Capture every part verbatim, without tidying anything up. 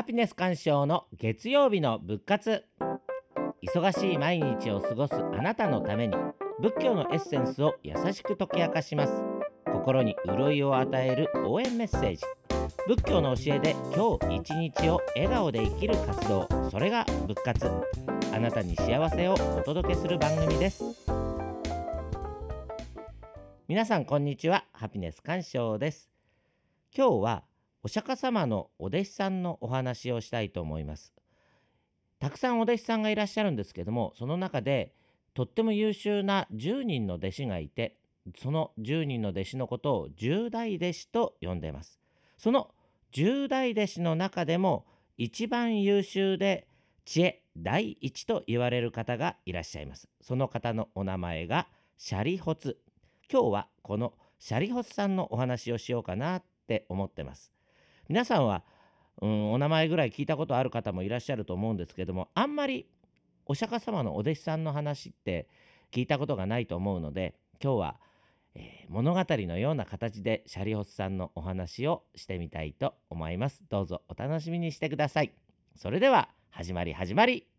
ハピネス鑑賞の月曜日の仏活。忙しい毎日を過ごすあなたのために仏教のエッセンスを優しく解き明かします。心に潤いを与える応援メッセージ。仏教の教えで今日一日を笑顔で生きる活動、それが仏活。あなたに幸せをお届けする番組です。皆さんこんにちは、ハピネス鑑賞です。今日はお釈迦様のお弟子さんのお話をしたいと思います。たくさんお弟子さんがいらっしゃるんですけども、その中でとっても優秀なじゅうにんの弟子がいて、そのじゅうにんの弟子のことを十大弟子と呼んでいます。その十大弟子の中でも一番優秀で知恵第一と言われる方がいらっしゃいます。その方のお名前が舍利発。今日はこの舍利発さんのお話をしようかなって思ってます。皆さんは、うん、お名前ぐらい聞いたことある方もいらっしゃると思うんですけども、あんまりお釈迦様のお弟子さんの話って聞いたことがないと思うので、今日は、えー物語のような形で舍利発さんのお話をしてみたいと思います。どうぞお楽しみにしてください。それでは始まり始まり。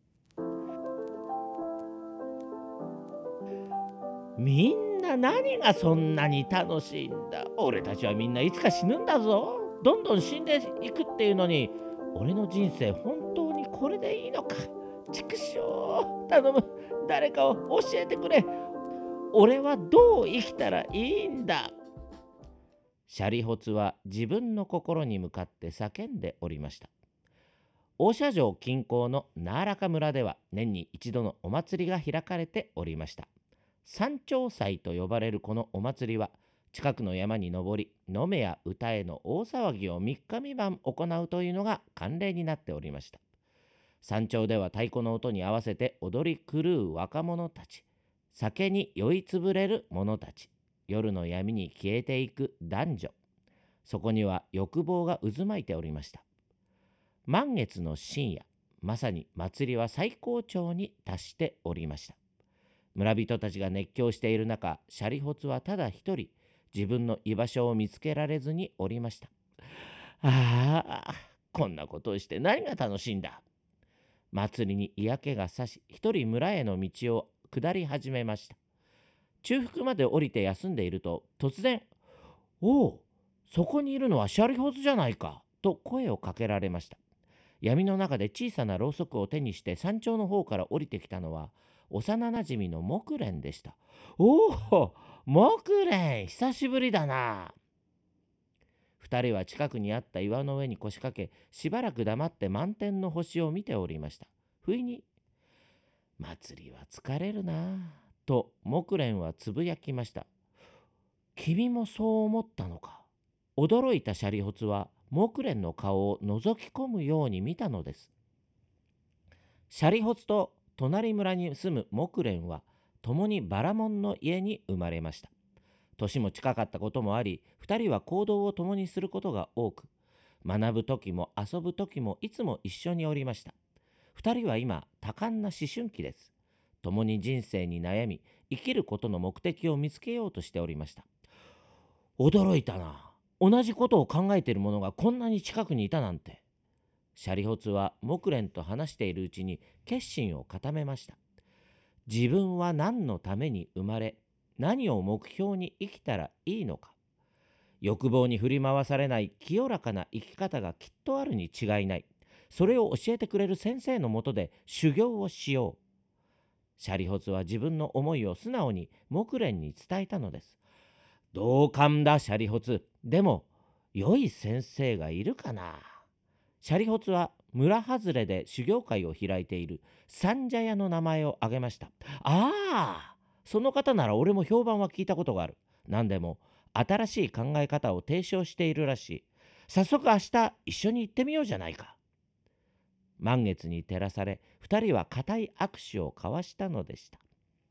みんな何がそんなに楽しいんだ。俺たちはみんないつか死ぬんだぞ。どんどん死んでいくっていうのに、俺の人生本当にこれでいいのか。畜生、頼む、誰かを教えてくれ。俺はどう生きたらいいんだ。舍利発は自分の心に向かって叫んでおりました。大社城近郊のナーラカ村では年に一度のお祭りが開かれておりました。山頂祭と呼ばれるこのお祭りは、近くの山に登り、飲めや歌えの大騒ぎをみっかみばん行うというのが慣例になっておりました。山頂では太鼓の音に合わせて踊り狂う若者たち、酒に酔いつぶれる者たち、夜の闇に消えていく男女、そこには欲望が渦巻いておりました。満月の深夜、まさに祭りは最高潮に達しておりました。村人たちが熱狂している中、舍利発はただ一人、自分の居場所を見つけられずにおりました。ああ、こんなことをして何が楽しいんだ。祭りに嫌気がさし、一人村への道を下り始めました。中腹まで降りて休んでいると、突然、おお、そこにいるのは舍利発じゃないか、と声をかけられました。闇の中で小さなろうそくを手にして山頂の方から降りてきたのは、幼なじみの木蓮でした。おお、木蓮、久しぶりだな。二人は近くにあった岩の上に腰掛け、しばらく黙って満天の星を見ておりました。不意に、祭りは疲れるな、と木蓮はつぶやきました。君もそう思ったのか。驚いた舍利発は木蓮の顔を覗き込むように見たのです。舍利発と隣村に住む木蓮は共にバラモンの家に生まれました。年も近かったこともあり、二人は行動を共にすることが多く、学ぶ時も遊ぶ時もいつも一緒におりました。二人は今多感な思春期です。共に人生に悩み、生きることの目的を見つけようとしておりました。驚いたな。同じことを考えている者がこんなに近くにいたなんて。舍利発は木蓮と話しているうちに決心を固めました。自分は何のために生まれ、何を目標に生きたらいいのか。欲望に振り回されない清らかな生き方がきっとあるに違いない。それを教えてくれる先生のもとで修行をしよう。舍利発は自分の思いを素直に木蓮に伝えたのです。同感だ舍利発。でも良い先生がいるかな。舍利発は村外れで修行会を開いている三茶屋の名前を挙げました。ああ、その方なら俺も評判は聞いたことがある。何でも新しい考え方を提唱しているらしい。早速明日一緒に行ってみようじゃないか。満月に照らされ、二人は固い握手を交わしたのでした。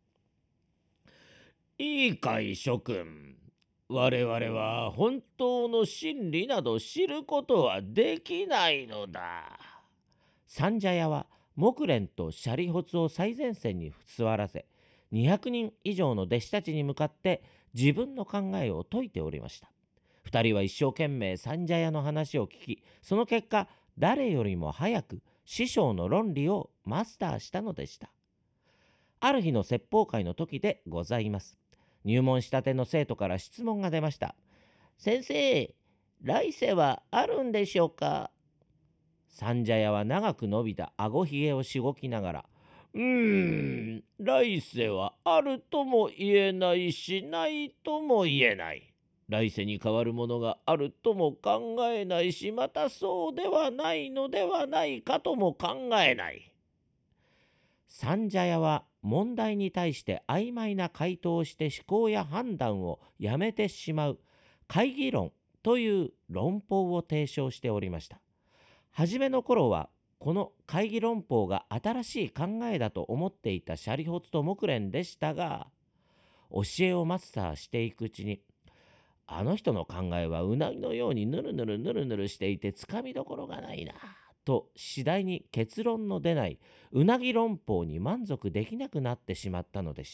いいかい諸君。我々は本当の真理など知ることはできないのだ。三茶屋は木蓮と舍利発を最前線に座らせ、にひゃくにん以上の弟子たちに向かって自分の考えを説いておりました。二二人は一生懸命三茶屋の話を聞き、その結果誰よりも早く師匠の論理をマスターしたのでした。ある日の説法会の時でございます。入門したての生徒から質問が出ました。先生、来世はあるんでしょうか。三茶屋は長く伸びたあごひげをしごきながら、うーん、来世はあるとも言えないし、ないとも言えない。来世に変わるものがあるとも考えないし、またそうではないのではないかとも考えない。三茶屋は問題に対して曖昧な回答をして思考や判断をやめてしまう懐疑論という論法を提唱しておりました。はじめの頃はこの懐疑論法が新しい考えだと思っていたシャリホツと木蓮でしたが、教えをマスターしていくうちに、あの人の考えはうなぎのようにぬるぬるぬるぬるしていてつかみどころがないなと、次第に結論の出ないうなぎ論法に満足できなくなってしまったのでした。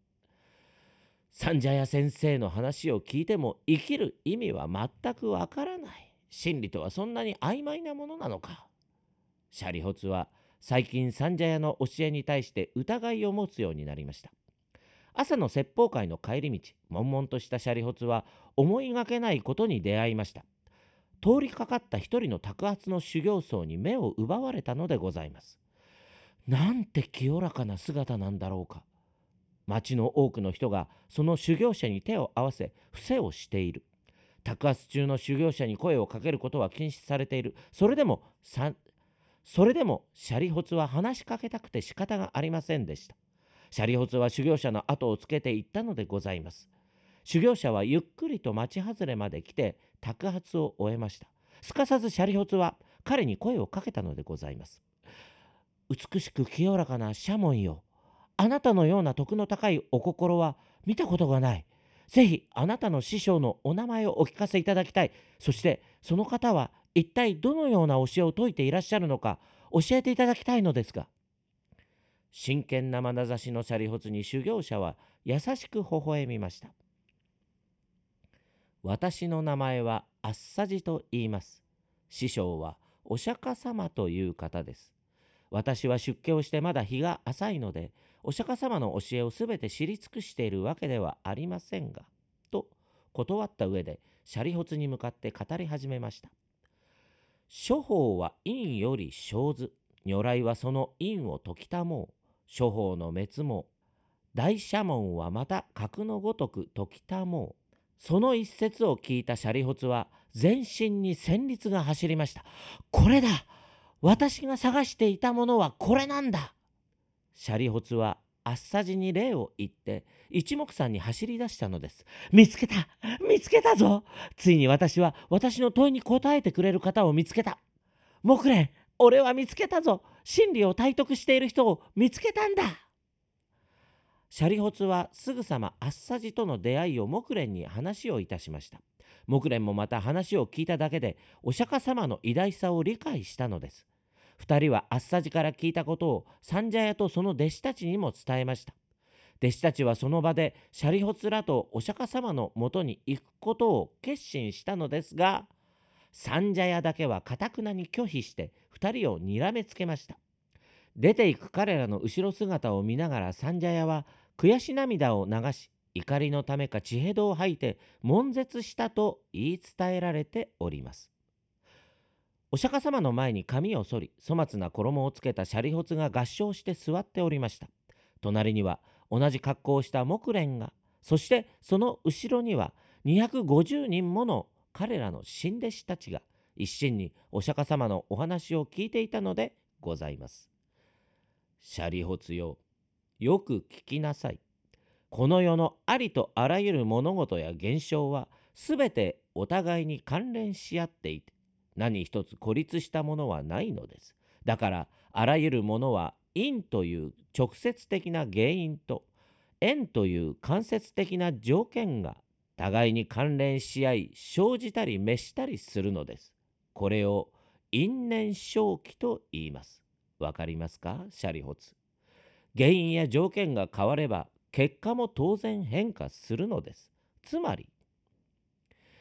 三茶屋先生の話を聞いても生きる意味は全くわからない。真理とはそんなに曖昧なものなのか。シャリホツは最近三茶屋の教えに対して疑いを持つようになりました。朝の説法会の帰り道、悶々としたシャリホツは思いがけないことに出会いました。通りかかった一人の托鉢の修行僧に目を奪われたのでございます。なんて清らかな姿なんだろうか。町の多くの人がその修行者に手を合わせ伏せをしている。托鉢中の修行者に声をかけることは禁止されている。それでもさそれでもシャリホツは話しかけたくて仕方がありませんでした。シャリホツは修行者の後をつけていったのでございます。修行者はゆっくりと町外れまで来て托鉢を終えました。すかさずシャリホツは彼に声をかけたのでございます。美しく清らかなシャモンよ、あなたのような徳の高いお心は見たことがない。ぜひあなたの師匠のお名前をお聞かせいただきたい。そしてその方は一体どのような教えを説いていらっしゃるのか教えていただきたいのですが。真剣な眼差しのシャリホツに修行者は優しく微笑みました。私の名前はアッサジと言います。師匠はお釈迦様という方です。私は出家をしてまだ日が浅いので、お釈迦様の教えをすべて知り尽くしているわけではありませんが、と断った上でシャリホツに向かって語り始めました。諸法は因より生ず、如来はその因を解きたもう。諸法の滅も、大社門はまた格のごとく解きたもう。その一節を聞いたシャリホツは全身に旋律が走りました。これだ、私が探していたものはこれなんだ。シャリホツはアッサジに礼を言って一目散に走り出したのです。見つけた、見つけたぞ。ついに私は私の問いに答えてくれる方を見つけた。木蓮、俺は見つけたぞ。真理を体得している人を見つけたんだ。シャリホツはすぐさまアッサジとの出会いを木蓮に話をいたしました。木蓮もまた話を聞いただけでお釈迦様の偉大さを理解したのです。二人はアッサジから聞いたことを三茶屋とその弟子たちにも伝えました。弟子たちはその場でシャリホツらとお釈迦様のもとに行くことを決心したのですが、三茶屋だけは堅くなに拒否して二人をにらめつけました。出ていく彼らの後ろ姿を見ながら三茶屋は悔し涙を流し、怒りのためか血へどを吐いて悶絶したと言い伝えられております。お釈迦様の前に髪を剃り粗末な衣をつけたシャリホツが合掌して座っておりました。隣には同じ格好をした木蓮が、そしてその後ろにはにひゃくごじゅうにんもの彼らの新弟子たちが一心にお釈迦様のお話を聞いていたのでございます。シャリホツよ、よく聞きなさい。この世のありとあらゆる物事や現象はすべてお互いに関連し合っていて、何一つ孤立したものはないのです。だからあらゆるものは因という直接的な原因と縁という間接的な条件が互いに関連し合い生じたり滅したりするのです。これを因縁生起と言います。わかりますか、シャリホツ。原因や条件が変われば結果も当然変化するのです。つまり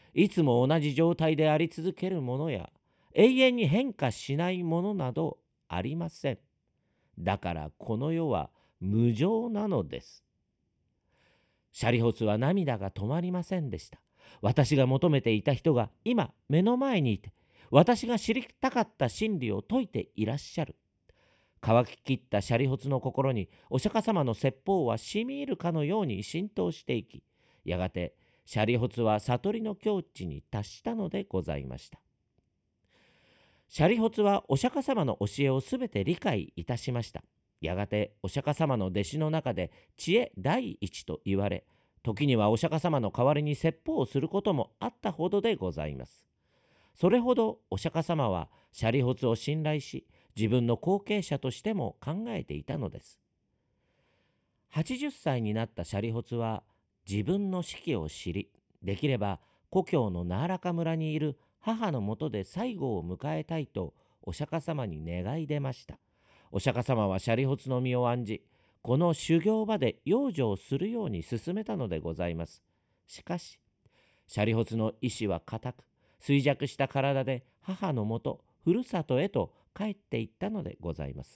いつも同じ状態であり続けるものや永遠に変化しないものなどありません。だからこの世は無常なのです。シャリホツは涙が止まりませんでした。私が求めていた人が今目の前にいて、私が知りたかった真理を説いていらっしゃる。乾ききったシャリホツの心にお釈迦様の説法はしみ入るかのように浸透していき、やがてシャリホツは悟りの境地に達したのでございました。シャリホツはお釈迦様の教えをすべて理解いたしました。やがてお釈迦様の弟子の中で知恵第一と言われ、時にはお釈迦様の代わりに説法をすることもあったほどでございます。それほどお釈迦様はシャリホツを信頼し、自分の後継者としても考えていたのです。はちじゅっさいになったシャリホツは自分の死期を知り、できれば故郷のナーラカ村にいる母のもとで最後を迎えたいとお釈迦様に願い出ました。お釈迦様はシャリホツの身を案じ、この修行場で養生するように勧めたのでございます。しかし、シャリホツの意志は固く、衰弱した体で母のもと、ふるさとへと帰っていったのでございます。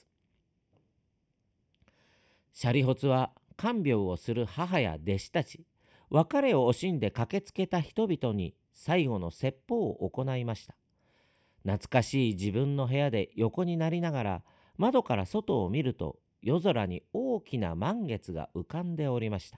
シャリホツは看病をする母や弟子たち、別れを惜しんで駆けつけた人々に最後の説法を行いました。懐かしい自分の部屋で横になりながら、窓から外を見ると夜空に大きな満月が浮かんでおりました。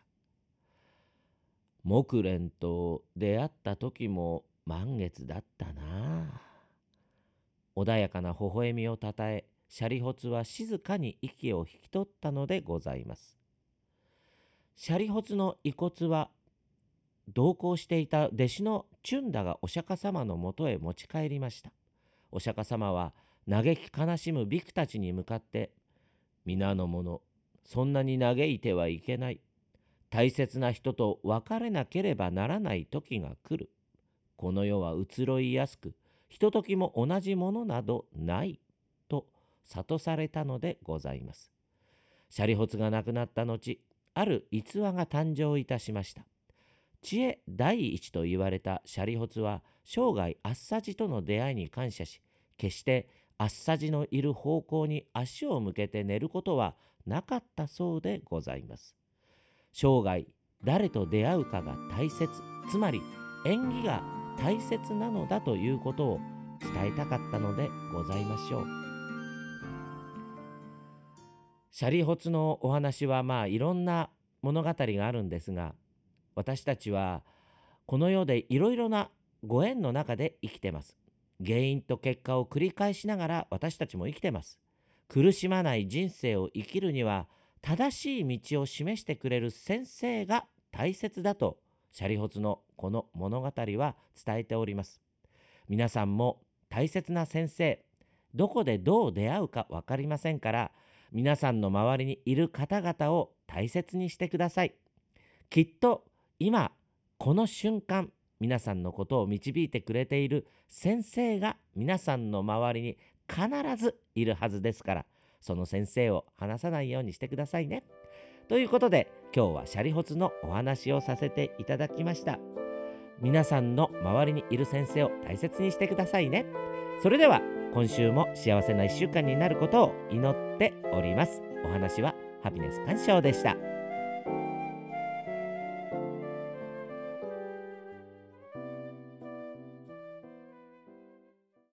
木蓮と出会った時も満月だったな。穏やかな微笑みをたたえ、シャリホツは静かに息を引き取ったのでございます。シャリホツの遺骨は同行していた弟子のチュンダがお釈迦様のもとへ持ち帰りました。お釈迦様は嘆き悲しむビクたちに向かって、皆の者、そんなに嘆いてはいけない。大切な人と別れなければならない時が来る。この世は移ろいやすく、ひとときも同じものなどない。と諭されたのでございます。シャリホツが亡くなった後、ある逸話が誕生いたしました。知恵第一と言われたシャリホツは、生涯アッサジとの出会いに感謝し、決してアッサジのいる方向に足を向けて寝ることはなかったそうでございます。生涯誰と出会うかが大切、つまり縁起が大切なのだということを伝えたかったのでございましょう。シャリホツのお話はまあいろんな物語があるんですが、私たちはこの世でいろいろなご縁の中で生きてます。原因と結果を繰り返しながら私たちも生きてます。苦しまない人生を生きるには、正しい道を示してくれる先生が大切だとシャリホツのこの物語は伝えております。皆さんも大切な先生、どこでどう出会うか分かりませんから、皆さんの周りにいる方々を大切にしてください。きっと今この瞬間、皆さんのことを導いてくれている先生が皆さんの周りに必ずいるはずですから、その先生を離さないようにしてくださいね。ということで、今日はシャリホツのお話をさせていただきました。皆さんの周りにいる先生を大切にしてくださいね。それでは今週も幸せないっしゅうかんになることを祈っております。お話はハピネス鑑賞でした。